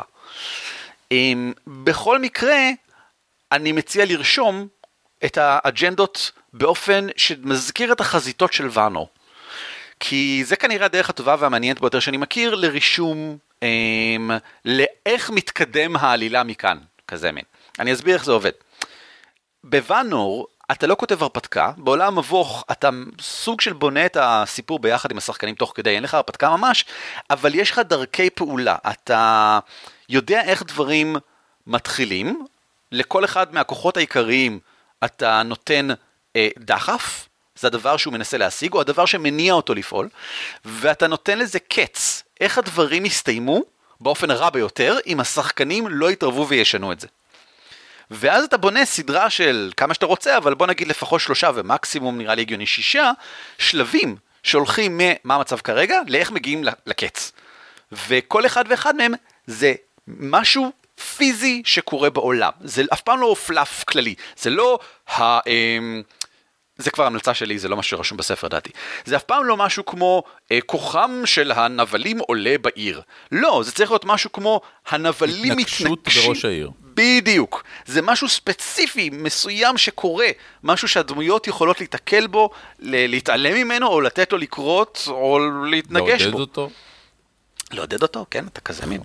בכל מקרה, אני מציע לרשום את האג'נדות באופן שמזכיר את החזיתות של ואנור. כי זה כנראה הדרך הטובה והמעניינת ביותר שאני מכיר לרישום, לאיך מתקדם העלילה מכאן, כזה מין. אני אסביר איך זה עובד. בוואנור, אתה לא כותב הרפתקה, בעולם מבוך אתה סוג של בונה את הסיפור ביחד עם השחקנים תוך כדי, אין לך הרפתקה ממש, אבל יש לך דרכי פעולה, אתה יודע איך דברים מתחילים, לכל אחד מהכוחות העיקריים אתה נותן דחף, זה הדבר שהוא מנסה להשיג, או הדבר שמניע אותו לפעול, ואתה נותן לזה קץ, איך הדברים יסתיימו באופן רע ביותר, אם השחקנים לא יתערבו וישנו את זה. ואז אתה בונה סדרה של כמה שאתה רוצה, אבל בוא נגיד לפחות 3 ומקסימום נראה לי הגיוני 6 שלבים שהולכים מה המצב כרגע, לאיך מגיעים לקץ. וכל אחד ואחד מהם זה משהו פיזי שקורה בעולם. זה אף פעם לא פלאף כללי. זה לא זה כבר המלצה שלי, זה לא משהו שרשום בספר דעתי. זה אף פעם לא משהו כמו כוחם של הנבלים עולה בעיר. לא, זה צריך להיות משהו כמו הנבלים מתנגשים. התנגשות בראש העיר. בדיוק. זה משהו ספציפי, מסוים שקורה, משהו שהדמויות יכולות להתקל בו, להתעלם ממנו, או לתת לו לקרות, או להתנגש בו. לעודד אותו? לעודד אותו, כן, אתה כזה מין.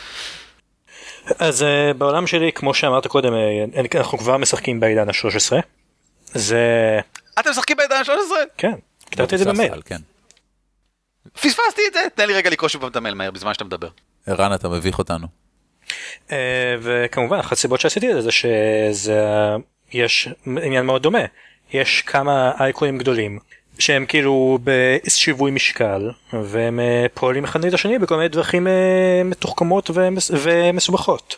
אז בעולם שלי, כמו שאמרת קודם, אנחנו כבר משחקים בעידן ה-13. אתם משחקים בעידן ה-13? כן, כתבתי את זה במייל. פספסתי את זה, תן לי רגע לקרוא שוב את המייל מהר בזמן שאתה מדבר. ערן, אתה מביך אותנו. וכמובן, אחת הסיבות שעשיתי את זה, יש עניין מאוד דומה. יש כמה אייקונים גדולים, שהם כאילו בשיווי משקל, והם פועלים אחד נגד השני בכל מיני דרכים מתוחכמות ומסובכות.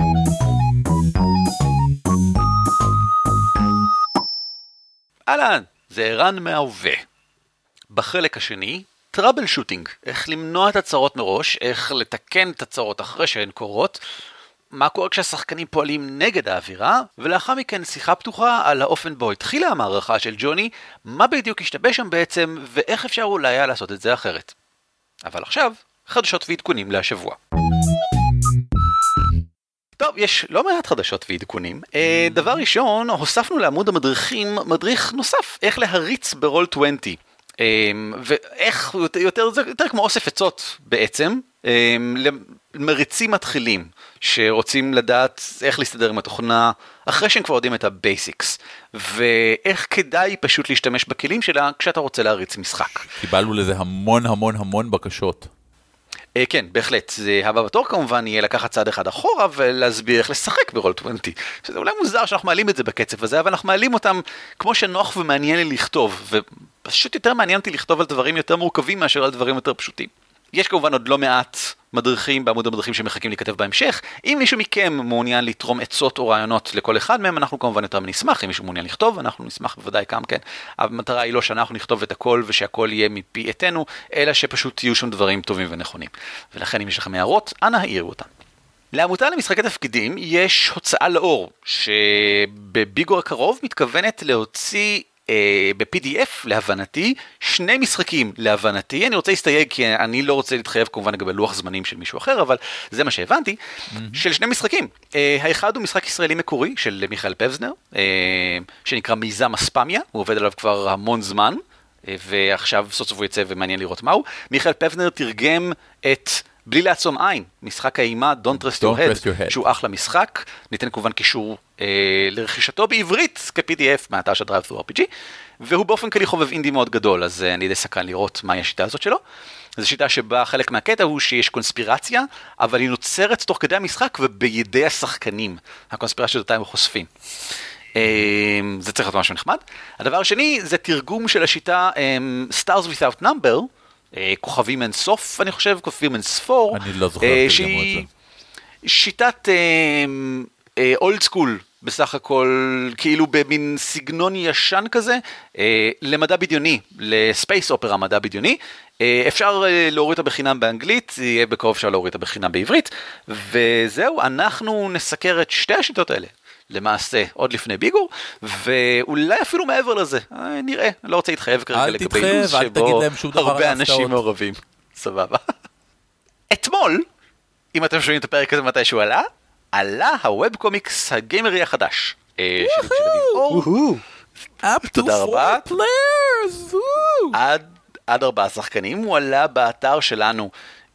אהלן, זה ערן מההווה. בחלק השני, טראבל שוטינג, איך למנוע את הצרות מראש, איך לתקן את הצרות אחרי שהן קורות, מה קורה כשהשחקנים פועלים נגד האווירה, ולאחר מכן שיחה פתוחה על האופן בו התחילה המערכה של ג'וני, מה בדיוק השתבש שם בעצם, ואיך אפשר אולי היה לעשות את זה אחרת. אבל עכשיו, חדשות ועדכונים להשבוע. טוב, יש לא מעט חדשות ועדכונים. דבר ראשון, הוספנו לעמוד המדריכים מדריך נוסף, איך להריץ ברול 20. ואיך, זה יותר כמו אוסף עצות בעצם, למריצים מתחילים, שרוצים לדעת איך להסתדר עם התוכנה, אחרי שהם כבר יודעים את הבייסיקס, ואיך כדאי פשוט להשתמש בכלים שלה כשאתה רוצה להריץ משחק. קיבלנו לזה המון המון המון בקשות. כן, בהחלט. זה הבא בתור כמובן יהיה לקחת צעד אחד אחורה ולהסביר איך לשחק ברול 20. שזה אולי מוזר שאנחנו מעלים את זה בקצב הזה, אבל אנחנו מעלים אותם כמו שנוח ומעניין לי לכתוב, ופשוט יותר מעניין אותי לכתוב על דברים יותר מורכבים מאשר על דברים יותר פשוטים. יש כמובן עוד לא מעט מדריכים בעמוד המדריכים שמחכים להיכתב בהמשך. אם מישהו מכם מעוניין לתרום עצות או רעיונות לכל אחד מהם, אנחנו כמובן יותר נשמח. אם מישהו מעוניין לכתוב, אנחנו נשמח בוודאי גם כן. המטרה היא לא שאנחנו נכתוב את הכל ושהכל יהיה מפי עתנו, אלא שפשוט יהיו שם דברים טובים ונכונים. ולכן אם יש לכם הערות, אנא העירו אותן. לעמותה למשחקי תפקידים יש הוצאה לאור, שבביגור הקרוב מתכוונת להוציא ב-PDF להבנתי, 2 משחקים להבנתי, אני רוצה להסתייג כי אני לא רוצה להתחייב כמובן לגבי לוח זמנים של מישהו אחר, אבל זה מה שהבנתי, של 2 משחקים. האחד הוא משחק ישראלי מקורי של מיכאל פבזנר, שנקרא מיזם אספמיה, הוא עובד עליו כבר המון זמן, ועכשיו סוף סוף הוא יצא ומעניין לראות מהו. מיכאל פבזנר תרגם את בלי לעצום עין, משחק האימה Don't Rest Your Head, שהוא אחלה משחק, ניתן כמובן קישור לרכישתו בעברית כ-PDF מהאתר של Drive Thru RPG, והוא באופן כללי חובב אינדי מאוד גדול, אז אני די סקרן לראות מהי השיטה הזאת שלו. זו שיטה שבה חלק מהקטע הוא שיש קונספירציה, אבל היא נוצרת תוך כדי המשחק ובידי השחקנים. הקונספירציה אותה הם חושפים. זה צריך להיות משהו נחמד. הדבר השני זה תרגום של השיטה Stars Without Number, כוכבים אין סוף, אני חושב, כוכבים אין ספור. אני לא זוכר את זה. שיטת אולד סקול בסך הכל כאילו במין סגנון ישן כזה, למדע בדיוני, לספייס אופרה מדע בדיוני. אפשר להוריד אותה בחינם באנגלית, יהיה בקרוב אפשר להוריד אותה בחינם בעברית, וזהו, אנחנו נסקר את שתי השיטות האלה. למעשה, עוד לפני ביגור, ואולי אפילו מעבר לזה, נראה, אני לא רוצה להתחייב כרגע לגבי לוז, שבו הרבה אנשים מעורבים. סבבה. אתמול, אם אתם שומעים את הפרק הזה מתישהו עלה הווב קומיקס הגיימרי החדש. תודה רבה. עד 4 שחקנים, הוא עלה באתר שלנו.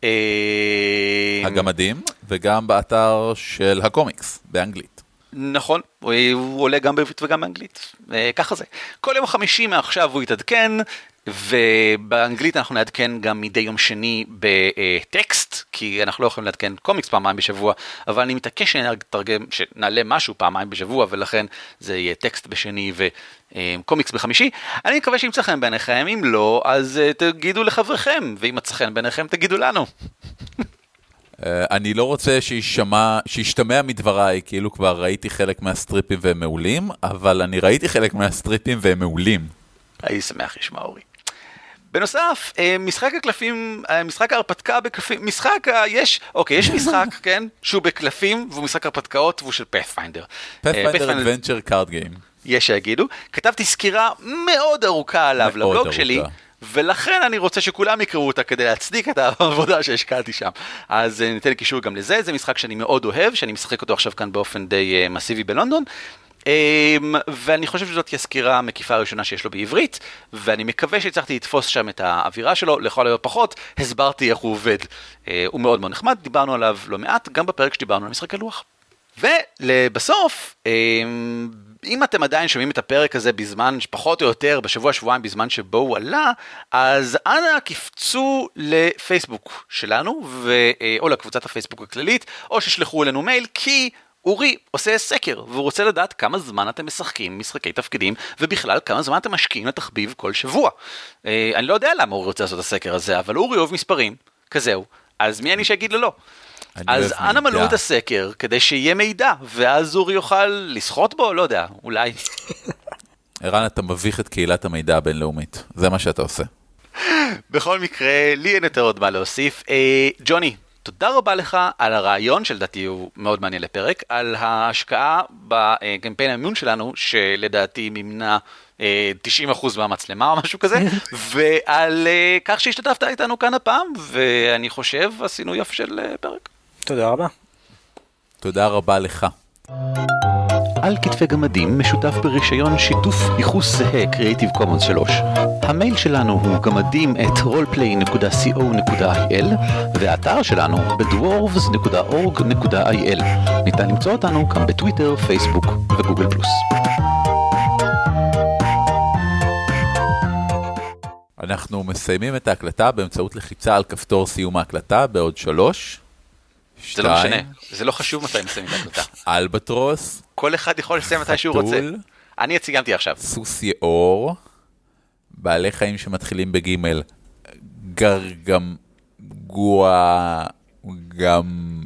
הגמדים, וגם באתר של הקומיקס, באנגלית. נכון, הוא עולה גם בעברית וגם באנגלית, ככה זה. כל יום חמישי מעכשיו הוא יתעדכן, ובאנגלית אנחנו נעדכן גם מדי יום שני בטקסט, כי אנחנו לא יכולים לעדכן קומיקס פעמיים בשבוע, אבל אני מתעקש שנעלה משהו פעמיים בשבוע, ולכן זה יהיה טקסט בשני וקומיקס בחמישי. אני מקווה שימצא חן בעיניכם, אם לא, אז תגידו לחבריכם, ואם מצא חן בעיניכם, תגידו לנו. אני לא רוצה שישתמע מדבריי, כאילו כבר ראיתי חלק מהסטריפים והם מעולים, אבל אני ראיתי חלק מהסטריפים והם מעולים. הייתי שמח לשמוע, אורי. בנוסף, משחק הקלפים, משחק ההרפתקה בקלפים, יש משחק, כן, שהוא בקלפים, והוא משחק הרפתקאות, והוא של Pathfinder. Pathfinder Adventure Card Game. יש שיגידו. כתבתי סקירה מאוד ארוכה עליו לבלוג שלי, ולכן אני רוצה שכולם יקראו אותה כדי להצדיק את העבודה שהשקעתי שם. אז ניתן קישור גם לזה, זה משחק שאני מאוד אוהב, שאני משחק אותו עכשיו כאן באופן די מסיבי בלונדון, ואני חושב שזאת תהיה סקירה המקיפה הראשונה שיש לו בעברית, ואני מקווה שהצלחתי לתפוס שם את האווירה שלו, לכל היותר פחות, הסברתי איך הוא עובד. הוא מאוד מאוד נחמד, דיברנו עליו לא מעט, גם בפרק שדיברנו על משחק הלוח. ולבסוף, אם אתם עדיין שומעים את הפרק הזה בזמן, פחות או יותר, בשבוע-שבועיים בזמן שבו הוא עלה, אז אנא קפצו לפייסבוק שלנו, או לקבוצת הפייסבוק הכללית, או ששלחו אלינו מייל, כי אורי עושה סקר, והוא רוצה לדעת כמה זמן אתם משחקים משחקי תפקידים, ובכלל כמה זמן אתם משקיעים לתחביב כל שבוע. אני לא יודע למה אורי רוצה לעשות את הסקר הזה, אבל אורי אוהב מספרים, כזהו. אז מי אני שיגיד לו לא? אז אנא מלאו את הסקר, כדי שיהיה מידע, ואז אורי יוכל לשחות בו, לא יודע, אולי. ערן, אתה מביך את קהילת המידע הבינלאומית, זה מה שאתה עושה. בכל מקרה, לי אין יותר עוד מה להוסיף. ג'וני, תודה רבה לך על הרעיון, שלדעתי הוא מאוד מעניין לפרק, על ההשקעה בקמפיין המימון שלנו, שלדעתי מימנה 90% מהמצלמה או משהו כזה, ועל כך שהשתתפת איתנו כאן הפעם, ואני חושב עשינו יופי של פרק. תודה רבה. תודה רבה לך. על כתפי גמדים משותף ברישיון שיתוף ייחוס זהה Creative Commons 3. המייל שלנו הוא gamadim@roleplay.co.il והאתר שלנו בדוורבס.org.il. ניתן למצוא אותנו גם בטוויטר, פייסבוק וגוגל פלוס. אנחנו מסיימים את ההקלטה באמצעות לחיצה על כפתור סיום ההקלטה בעוד 3. זה לא משנה, זה לא חשוב מתי מסיימים את ההקלטה. אלבטרוס. כל אחד יכול לסיים מתי שהוא רוצה. אני אציגמתי עכשיו. סוס יאור. בעלי חיים שמתחילים בגימל. גרגם גואה. גם